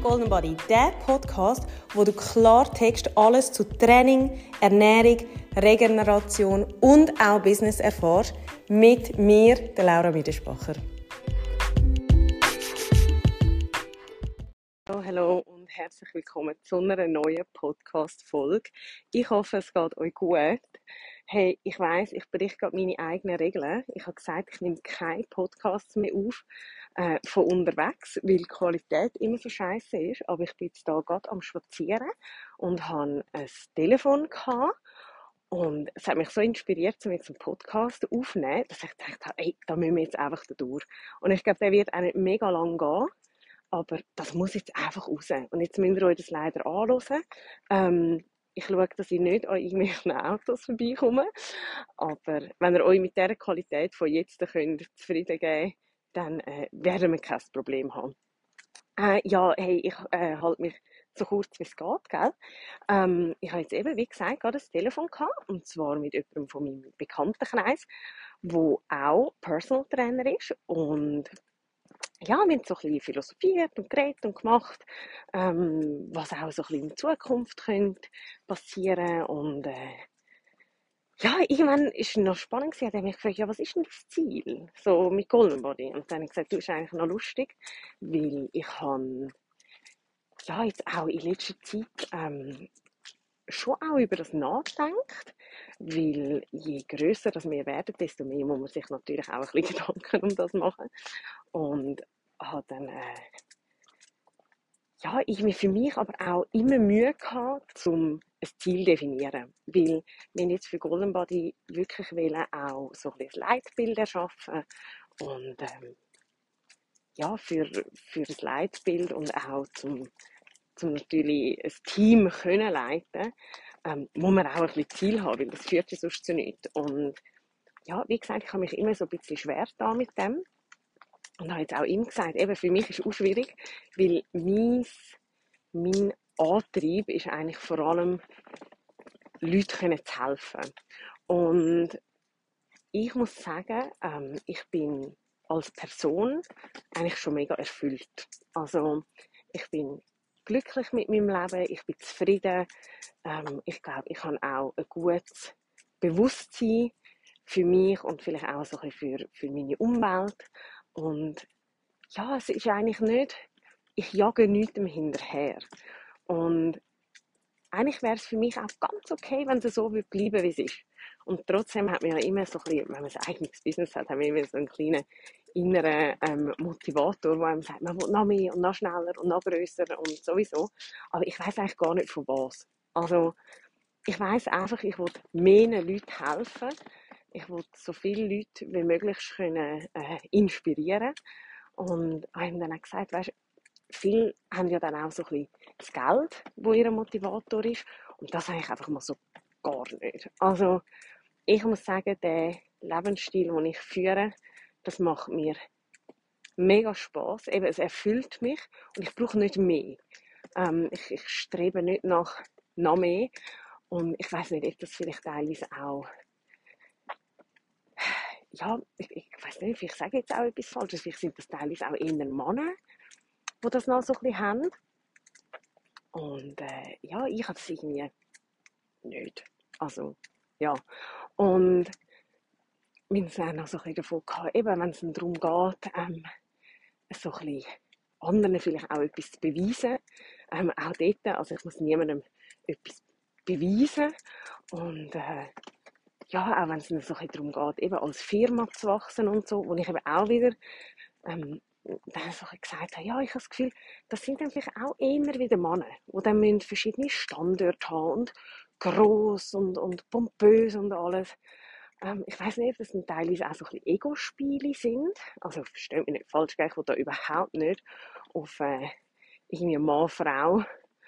Golden Body, der Podcast, wo du Klartext alles zu Training, Ernährung, Regeneration und auch Business erfährst, mit mir, der Laura Miedespacher. Hallo und herzlich willkommen zu einer neuen Podcast-Folge. Ich hoffe, es geht euch gut. Hey, ich weiss, ich berichte gerade meine eigenen Regeln. Ich habe gesagt, ich nehme keine Podcasts mehr auf von unterwegs, weil die Qualität immer so scheiße ist. Aber ich bin jetzt hier gerade am Spazieren und habe ein Telefon gehabt. Und es hat mich so inspiriert, um jetzt einen Podcast aufzunehmen, dass ich dachte, hey, da müssen wir jetzt einfach durch. Und ich glaube, der wird auch nicht mega lang gehen. Aber das muss jetzt einfach raus. Und jetzt müsst ihr euch das leider anhören. Ich schaue, dass ich nicht an irgendwelchen Autos vorbeikomme. Aber wenn ihr euch mit dieser Qualität von jetzt könnt zufrieden geben, dann werden wir kein Problem haben. Hey, ich halte mich so kurz wie es geht, gell? Ich habe jetzt eben, wie gesagt, gerade ein Telefon gehabt, und zwar mit jemandem von meinem Bekanntenkreis, der auch Personal Trainer ist. Und ja, wir haben so ein bisschen philosophiert und geredet und gemacht, was auch so ein bisschen in Zukunft könnte passieren. Und ja, irgendwann war es noch spannend, er hat mich gefragt, ja, was ist denn das Ziel, so mit Golden Body? Und dann habe ich gesagt, du, ist eigentlich noch lustig, weil ich habe ja jetzt auch in letzter Zeit schon auch über das nachdenkt, weil je grösser das wir werden, desto mehr muss man sich natürlich auch ein bisschen Gedanken um das machen. Und habe dann irgendwie für mich aber auch immer Mühe gehabt, um ein Ziel zu definieren. Weil wir jetzt für Golden Body wirklich wollen auch so ein Leitbild erschaffen und für das Leitbild und auch zum natürlich ein Team können leiten, muss man auch ein bisschen Ziel haben, weil das führt ja sonst zu nichts. Und ja, wie gesagt, ich habe mich immer so ein bisschen schwer da mit dem. Und habe jetzt auch ihm gesagt, eben für mich ist es auch schwierig, weil mein Antrieb ist eigentlich vor allem, Leuten zu helfen. Und ich muss sagen, ich bin als Person eigentlich schon mega erfüllt. Also ich bin glücklich mit meinem Leben, ich bin zufrieden. Ich glaube, ich habe auch ein gutes Bewusstsein für mich und vielleicht auch so ein bisschen für meine Umwelt. Und ja, es ist eigentlich nicht, ich jage nichts hinterher. Und eigentlich wäre es für mich auch ganz okay, wenn es so bleiben würde, wie es ist. Und trotzdem hat man ja immer so ein bisschen, wenn man ein eigenes Business hat, haben wir immer so einen kleinen inneren Motivator, der einem sagt, man will noch mehr und noch schneller und noch grösser und sowieso. Aber ich weiss eigentlich gar nicht von was. Also, ich weiss einfach, ich will mehr Leuten helfen. Ich will so viele Leute wie möglich können, inspirieren. Und habe ihm dann auch gesagt, weißt, viele haben ja dann auch so ein bisschen das Geld, das ihr Motivator ist. Und das habe ich einfach mal so gar nicht. Also, ich muss sagen, der Lebensstil, den ich führe, das macht mir mega Spass. Eben, es erfüllt mich und ich brauche nicht mehr. Ich strebe nicht nach noch mehr. Und ich weiss nicht, ob das vielleicht teilweise auch, ja, ich weiss nicht, vielleicht sage ich jetzt auch etwas Falsches, vielleicht sind das teilweise auch eher Männer, die das noch so ein bisschen haben. Und ja, ich habe das irgendwie nicht. Also, ja. Und wir haben auch noch so ein bisschen davon gehabt, eben, wenn es darum geht, so ein bisschen anderen vielleicht auch etwas zu beweisen. Auch dort, also ich muss niemandem etwas beweisen. Und ja, auch wenn es so ein bisschen darum geht, eben als Firma zu wachsen und so, wo ich eben auch wieder dann so gesagt habe, ja, ich habe das Gefühl, das sind dann vielleicht auch eher wieder Männer, die dann müssen verschiedene Standorte haben und gross und pompös und alles. Ich weiss nicht, ob das dann teilweise auch so ein bisschen Ego-Spiele sind. Also, versteht mich nicht falsch, ich will da überhaupt nicht auf irgendwie Mann-Frau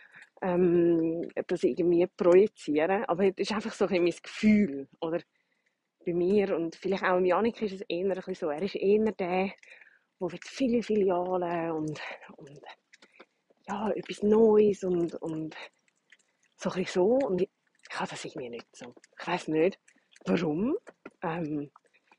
das irgendwie projizieren. Aber das ist einfach so ein bisschen mein Gefühl, oder? Bei mir und vielleicht auch im Janik ist es eher ein bisschen so, er ist eher der, wo wird viele Filialen und ja, etwas Neues und so ein bisschen so. Und ich habe das irgendwie nicht so. Ich weiss nicht, warum.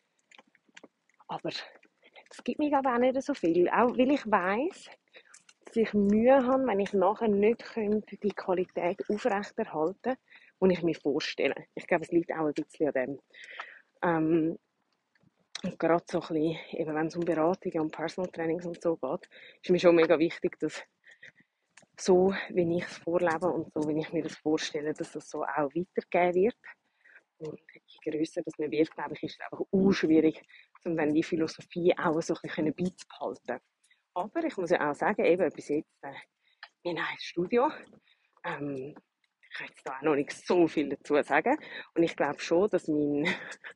Aber es gibt mir aber auch nicht so viel. Auch weil ich weiss, dass ich Mühe habe, wenn ich nachher nicht könnte, die Qualität aufrechterhalten, die ich mir vorstelle. Ich glaube, es liegt auch ein bisschen an dem. Ähm, und gerade so ein bisschen, eben wenn es um Beratungen und Personal Trainings und so geht, ist mir schon mega wichtig, dass so, wie ich es vorlebe und so, wie ich mir das vorstelle, dass das so auch weitergegeben wird. Und je grösser das man wird, glaube ich, ist es einfach schwierig, um dann die Philosophie auch so ein bisschen beizubehalten. Aber ich muss ja auch sagen, eben bis jetzt, wir haben ein Studio. Ich kann jetzt da auch noch nicht so viel dazu sagen. Und ich glaube schon, dass mein,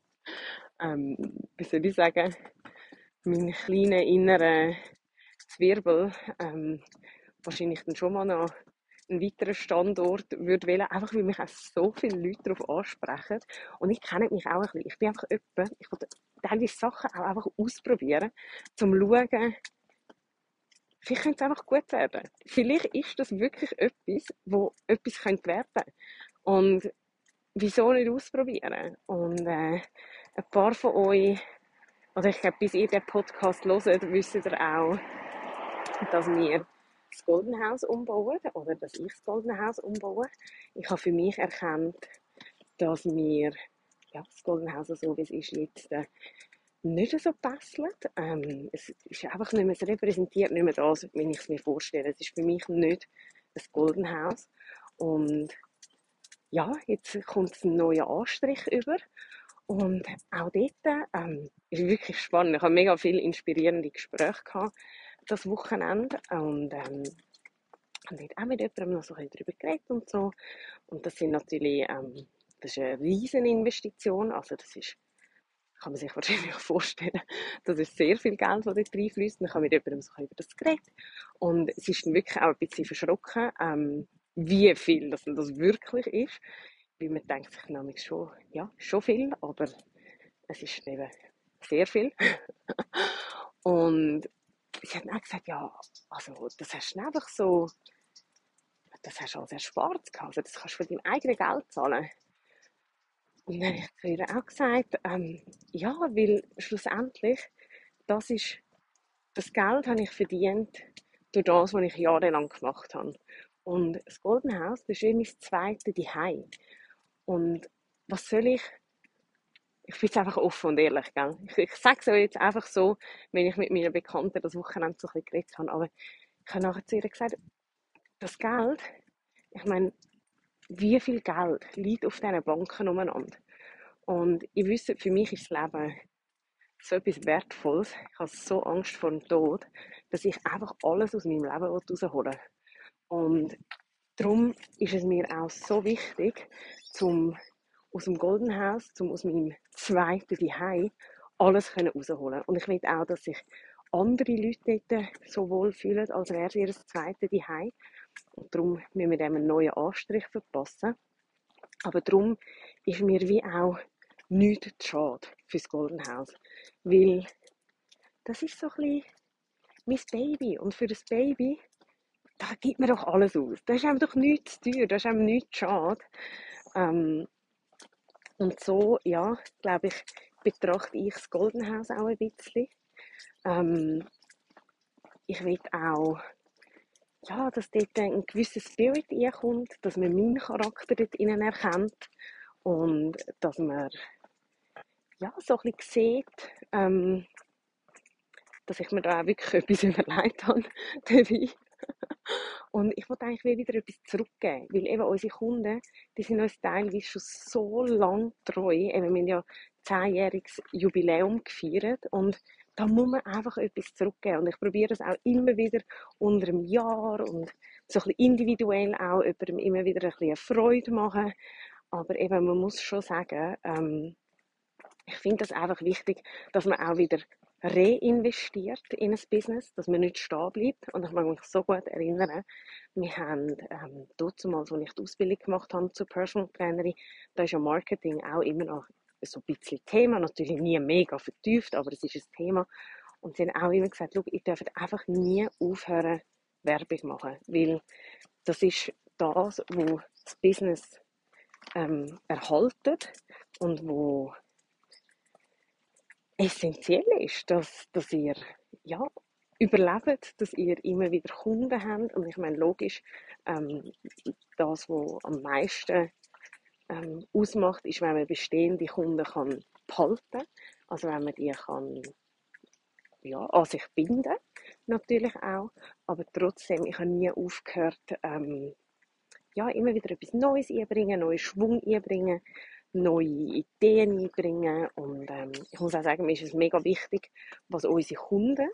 wie soll ich sagen, mein kleiner innerer Zwirbel wahrscheinlich dann schon mal noch einen weiteren Standort würde wählen, einfach weil mich auch so viele Leute darauf ansprechen. Und ich kenne mich auch ein bisschen. Ich bin einfach jemand, ich will teilweise Sachen auch einfach ausprobieren, um zu schauen, vielleicht könnte es einfach gut werden. Vielleicht ist das wirklich etwas, wo etwas könnte werden. Und wieso nicht ausprobieren? Und ein paar von euch, oder ich glaube, bis ihr den Podcast hört, wisst ihr auch, dass wir das Golden House umbauen oder dass ich das Golden House umbaue. Ich habe für mich erkannt, dass mir das Golden House, so wie es ist jetzt, nicht so passt. Es ist einfach nicht mehr, es repräsentiert nicht mehr das, wie ich es mir vorstelle. Es ist für mich nicht ein Golden House. Und ja, jetzt kommt ein neuer Anstrich über. Und auch dort ist wirklich spannend. Ich habe mega viele inspirierende Gespräche gehabt das Wochenende. Und habe dort auch mit jemandem noch so ein bisschen darüber geredet und so. Und das sind natürlich, das ist eine riesen Investition. Also das ist, kann man sich wahrscheinlich auch vorstellen, das ist sehr viel Geld, das dort reinfließt. Und ich habe mit jemandem so über das geredet. Und es ist dann wirklich auch ein bisschen verschrocken, wie viel das wirklich ist. Weil man denkt sich nämlich schon, ja, schon viel, aber es ist eben sehr viel. Und sie hat auch gesagt, ja, also das hast du einfach so, das hast du als erspart gehabt, also das kannst du von deinem eigenen Geld zahlen. Und dann habe ich zu ihr auch gesagt, ja, weil schlussendlich, das ist, das Geld habe ich verdient durch das, was ich jahrelang gemacht habe. Und das Golden House, das ist wie mein zweites Zuhause. Und was soll ich bin jetzt einfach offen und ehrlich, gell? Ich sage es euch jetzt einfach so, wenn ich mit meiner Bekannten das Wochenende so ein bisschen geredet habe, aber ich habe nachher zu ihr gesagt, das Geld, ich meine, wie viel Geld liegt auf diesen Banken umeinander? Und ich wüsste, für mich ist das Leben so etwas Wertvolles. Ich habe so Angst vor dem Tod, dass ich einfach alles aus meinem Leben rausholen will. Und darum ist es mir auch so wichtig, zum aus dem Golden House, aus meinem zweiten Zuhause, alles rausholen. Und ich will auch, dass sich andere Leute dort so wohl fühlen, als wäre es ihr zweites Zuhause. Und darum müssen wir dem einen neuen Anstrich verpassen. Aber darum ist mir wie auch nichts zu schade für das Golden House. Weil das ist so ein bisschen mein Baby. Und für das Baby, da gibt man doch alles aus. Da ist einem doch nichts zu teuer, da ist einem nichts zu schade. Und so, ja, glaube ich, betrachte ich das Golden House auch ein bisschen. Ich will auch, ja, dass dort ein gewisser Spirit reinkommt, dass man meinen Charakter dort innen erkennt und dass man ja, so ein bisschen sieht, dass ich mir da auch wirklich etwas überlegt habe dabei. Und ich wollte eigentlich wieder etwas zurückgeben, weil eben unsere Kunden, die sind uns teilweise schon so lange treu. Eben, wir haben ja 10-jähriges Jubiläum gefeiert und da muss man einfach etwas zurückgeben. Und ich probiere es auch immer wieder unter einem Jahr und so ein bisschen individuell auch jemandem immer wieder ein bisschen eine Freude machen. Aber eben, man muss schon sagen, ich finde das einfach wichtig, dass man auch wieder reinvestiert in ein Business, dass man nicht stehen bleibt. Und ich mag mich so gut erinnern, wir haben damals, als ich die Ausbildung gemacht habe zur Personal Trainerin, da ist ja Marketing auch immer noch so ein bisschen Thema, natürlich nie mega vertieft, aber es ist ein Thema. Und sie haben auch immer gesagt, schau, ihr dürft einfach nie aufhören, Werbung machen, weil das ist das, wo das Business erhaltet und wo essentiell ist, dass ihr ja, überleben, dass ihr immer wieder Kunden habt. Und ich meine, logisch, ähm, das, was am meisten ausmacht, ist, wenn man bestehende Kunden kann behalten, also wenn man die kann, ja, an sich binden, natürlich auch, aber trotzdem, ich habe nie aufgehört, ja, immer wieder etwas Neues einbringen, neuen Schwung einbringen, neue Ideen einbringen und ich muss auch sagen, mir ist es mega wichtig, was unsere Kunden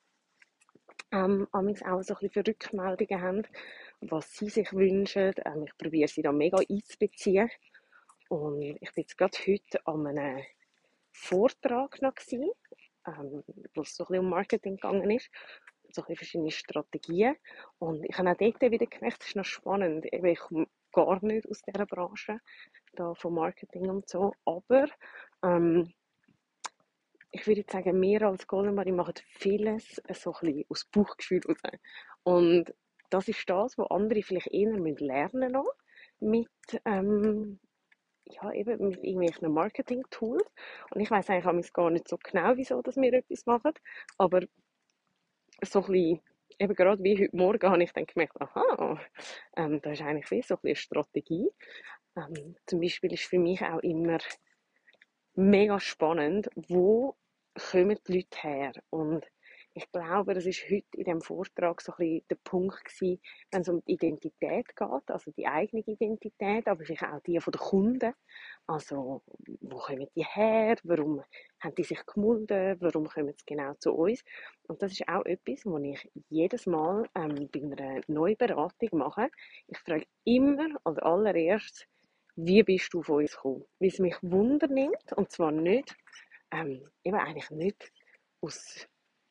amigs auch so ein bisschen für Rückmeldungen haben, was sie sich wünschen. Ich probiere sie da mega einzubeziehen. Und ich bin jetzt gerade heute an einem Vortrag noch gewesen, wo es so ein bisschen um Marketing gegangen ist, so ein bisschen verschiedene Strategien. Und ich habe auch dort wieder gemerkt, das ist noch spannend. Eben, ich komme gar nicht aus dieser Branche, da von Marketing und so, aber ähm, ich würde jetzt sagen, wir als Golden Body machen vieles so ein bisschen aus Bauchgefühl raus. Und das ist das, was andere vielleicht eher lernen noch mit, ja, eben mit irgendwelchen Marketing-Tools. Und ich weiß eigentlich gar nicht so genau, wieso dass wir etwas machen. Aber so ein bisschen, eben gerade wie heute Morgen, habe ich dann gemerkt, aha, das ist eigentlich wie so ein bisschen eine Strategie. Zum Beispiel ist für mich auch immer mega spannend, wo kommen die Leute her? Und ich glaube, das ist heute in diesem Vortrag so ein bisschen der Punkt gewesen, wenn es um die Identität geht, also die eigene Identität, aber vielleicht auch die von den Kunden. Also, wo kommen die her? Warum haben die sich gemeldet? Warum kommen sie genau zu uns? Und das ist auch etwas, was ich jedes Mal bei einer Neuberatung mache. Ich frage immer als allererstes, wie bist du von uns gekommen? Weil es mich Wunder nimmt, und zwar nicht, eben eigentlich nicht aus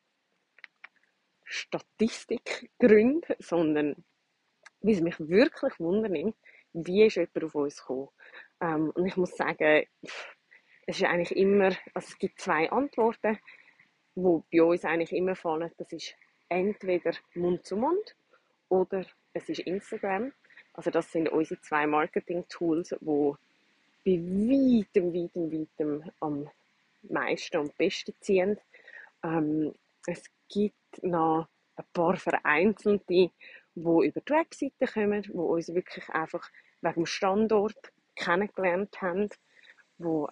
Statistikgründen, sondern weil es mich wirklich Wunder nimmt, wie ist jemand auf uns gekommen? Und ich muss sagen, es ist eigentlich immer, also es gibt zwei Antworten, die bei uns eigentlich immer fallen. Das ist entweder Mund zu Mund oder es ist Instagram. Also das sind unsere zwei Marketing-Tools, die bei weitem am meisten und besten ziehen. Es gibt noch ein paar Vereinzelte, die über die Webseite kommen, die uns wirklich einfach wegen dem Standort kennengelernt haben, die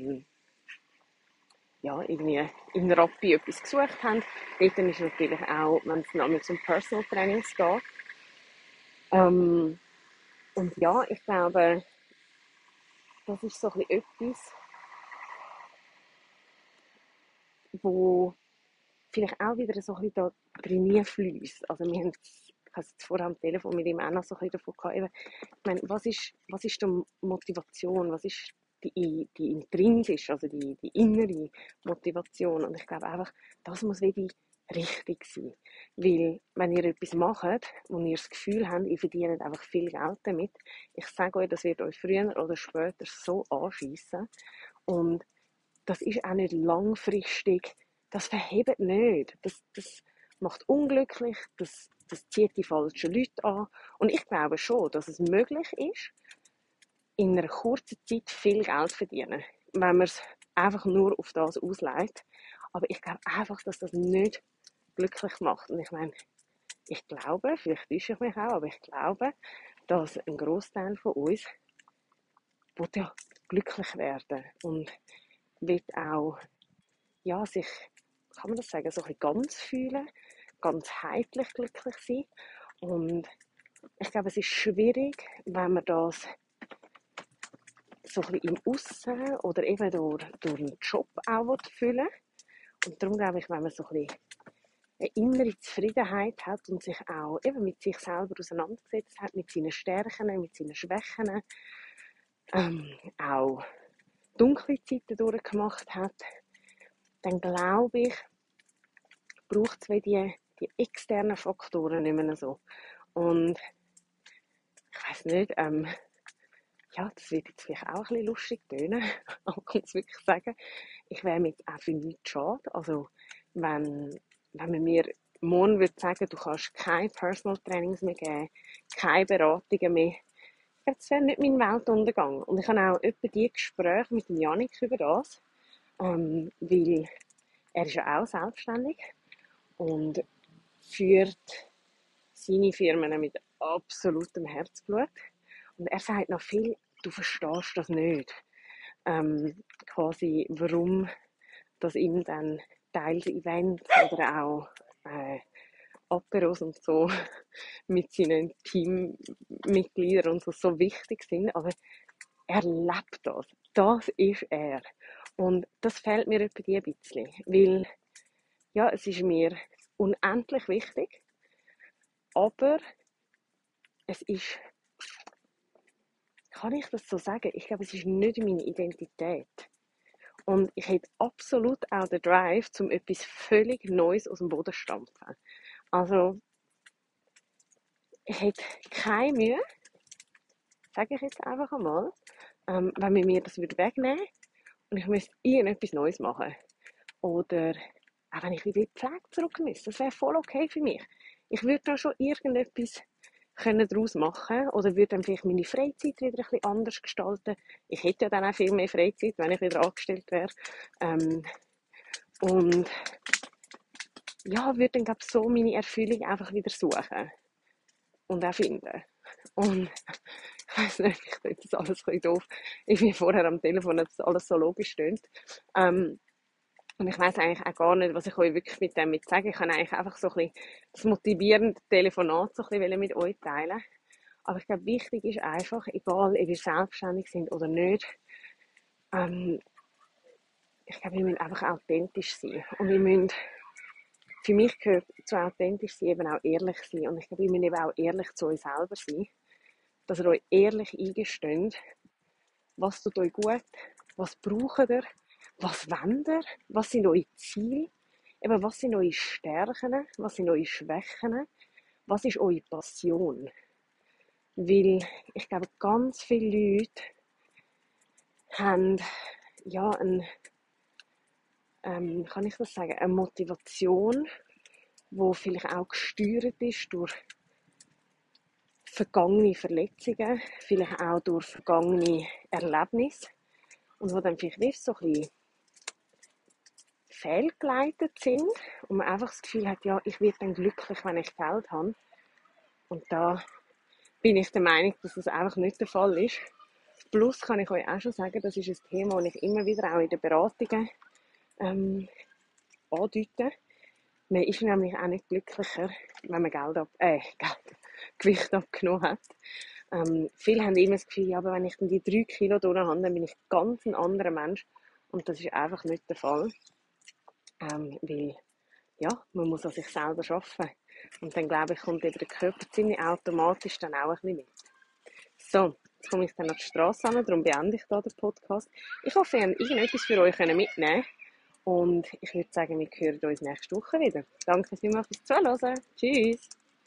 ja, irgendwie in Rappi etwas gesucht haben. Dort ist natürlich auch, wenn es nämlich um Personal Trainings geht. Und ja, ich glaube, das ist so ein bisschen etwas, wo vielleicht auch wieder so ein bisschen da drin fließt. Also wir haben ich habe jetzt vorher am Telefon mit ihm auch noch so ein bisschen davon gehabt, eben, ich meine, was ist die Motivation, was ist die intrinsische, also die innere Motivation. Und ich glaube einfach, das muss wirklich richtig sein. Weil, wenn ihr etwas macht, wo ihr das Gefühl habt, ihr verdient einfach viel Geld damit, ich sage euch, das wird euch früher oder später so anschiessen. Und das ist auch nicht langfristig, das verhebt nicht. Das macht unglücklich, das zieht die falschen Leute an. Und ich glaube schon, dass es möglich ist, in einer kurzen Zeit viel Geld zu verdienen, wenn man es einfach nur auf das ausleitet. Aber ich glaube einfach, dass das nicht glücklich macht. Und ich meine, ich glaube, vielleicht täusche ich mich auch, aber ich glaube, dass ein Großteil von uns will ja glücklich werden und wird auch, ja, sich, kann man das sagen, so ein bisschen ganz fühlen, ganzheitlich glücklich sein. Und ich glaube, es ist schwierig, wenn man das so ein bisschen im Aussen oder eben durch einen Job auch füllen will. Und darum glaube ich, wenn man so ein bisschen eine innere Zufriedenheit hat und sich auch eben mit sich selber auseinandergesetzt hat, mit seinen Stärken, mit seinen Schwächen, auch dunkle Zeiten durchgemacht hat, dann glaube ich, braucht es die externen Faktoren nicht mehr so. Und ich weiß nicht, ja, das wird jetzt vielleicht auch ein bisschen lustig tönen, aber ich muss wirklich sagen, ich wäre mir auch für nichts schade. Also, wenn man mir morgen würde sagen, du kannst keine Personal Trainings mehr geben, keine Beratungen mehr, ich glaube, das wäre nicht mein Weltuntergang. Und ich habe auch etwa die Gespräche mit dem Janik über das, weil er ist ja auch selbstständig und führt seine Firmen mit absolutem Herzblut. Und er sagt noch viel, du verstehst das nicht. Quasi, warum dass ihm dann teils Events oder auch Aperos und so mit seinen Teammitgliedern und so wichtig sind. Aber er lebt das. Das ist er. Und das fehlt mir etwa ein bisschen. Weil, ja, es ist mir unendlich wichtig, aber es ist, kann ich das so sagen? Ich glaube, es ist nicht meine Identität. Und ich hätte absolut auch den Drive, um etwas völlig Neues aus dem Boden zu stampfen. Also, ich hätte keine Mühe, sage ich jetzt einfach einmal, wenn man mir das wegnehmen würde und ich müsste irgendetwas Neues machen. Oder auch wenn ich wieder in die Pflege zurück müsste, das wäre voll okay für mich. Ich würde da schon irgendetwas daraus machen oder würde dann vielleicht meine Freizeit wieder ein bisschen anders gestalten. Ich hätte ja dann auch viel mehr Freizeit, wenn ich wieder angestellt wäre. Und ja, würde dann glaube ich so meine Erfüllung einfach wieder suchen und auch finden. Und ich weiss nicht, ich finde das alles ein bisschen doof. Ich bin vorher am Telefon, dass alles so logisch stimmt. Und ich weiss eigentlich auch gar nicht, was ich euch wirklich mit dem sagen. Ich kann eigentlich einfach so ein bisschen das motivierende Telefonat so ein bisschen mit euch teilen. Aber ich glaube, wichtig ist einfach, egal ob ihr selbstständig sind oder nicht, ich glaube, wir müssen einfach authentisch sein. Und wir müssen, für mich gehört zu authentisch sein eben auch ehrlich sein. Und ich glaube, wir müssen eben auch ehrlich zu euch selber sein. Dass ihr euch ehrlich eingesteht, was tut euch gut, was braucht ihr, was wollt ihr, was sind eure Ziele, eben was sind eure Stärken, was sind eure Schwächen, was ist eure Passion. Weil ich glaube, ganz viele Leute haben ja kann ich das sagen, eine Motivation, die vielleicht auch gesteuert ist durch vergangene Verletzungen, vielleicht auch durch vergangene Erlebnisse und wo dann vielleicht so ein bisschen fehlgeleitet sind und man einfach das Gefühl hat, ja, ich werde dann glücklich, wenn ich Geld habe. Und da bin ich der Meinung, dass das einfach nicht der Fall ist. Plus kann ich euch auch schon sagen, das ist ein Thema, das ich immer wieder auch in den Beratungen andeute. Man ist nämlich auch nicht glücklicher, wenn man Gewicht abgenommen hat. Viele haben immer das Gefühl, ja, aber wenn ich dann die 3 Kilo durch habe, dann bin ich ganz ein anderer Mensch. Und das ist einfach nicht der Fall. Weil, ja, man muss an sich selber arbeiten. Und dann, glaube ich, kommt eben der Körper ziemlich automatisch dann auch ein bisschen mit. So, jetzt komme ich dann auf die Straße an, darum beende ich da den Podcast. Ich hoffe, ihr habt irgendetwas für euch mitnehmen. Und ich würde sagen, wir hören uns nächste Woche wieder. Danke vielmals fürs Zuhören. Tschüss.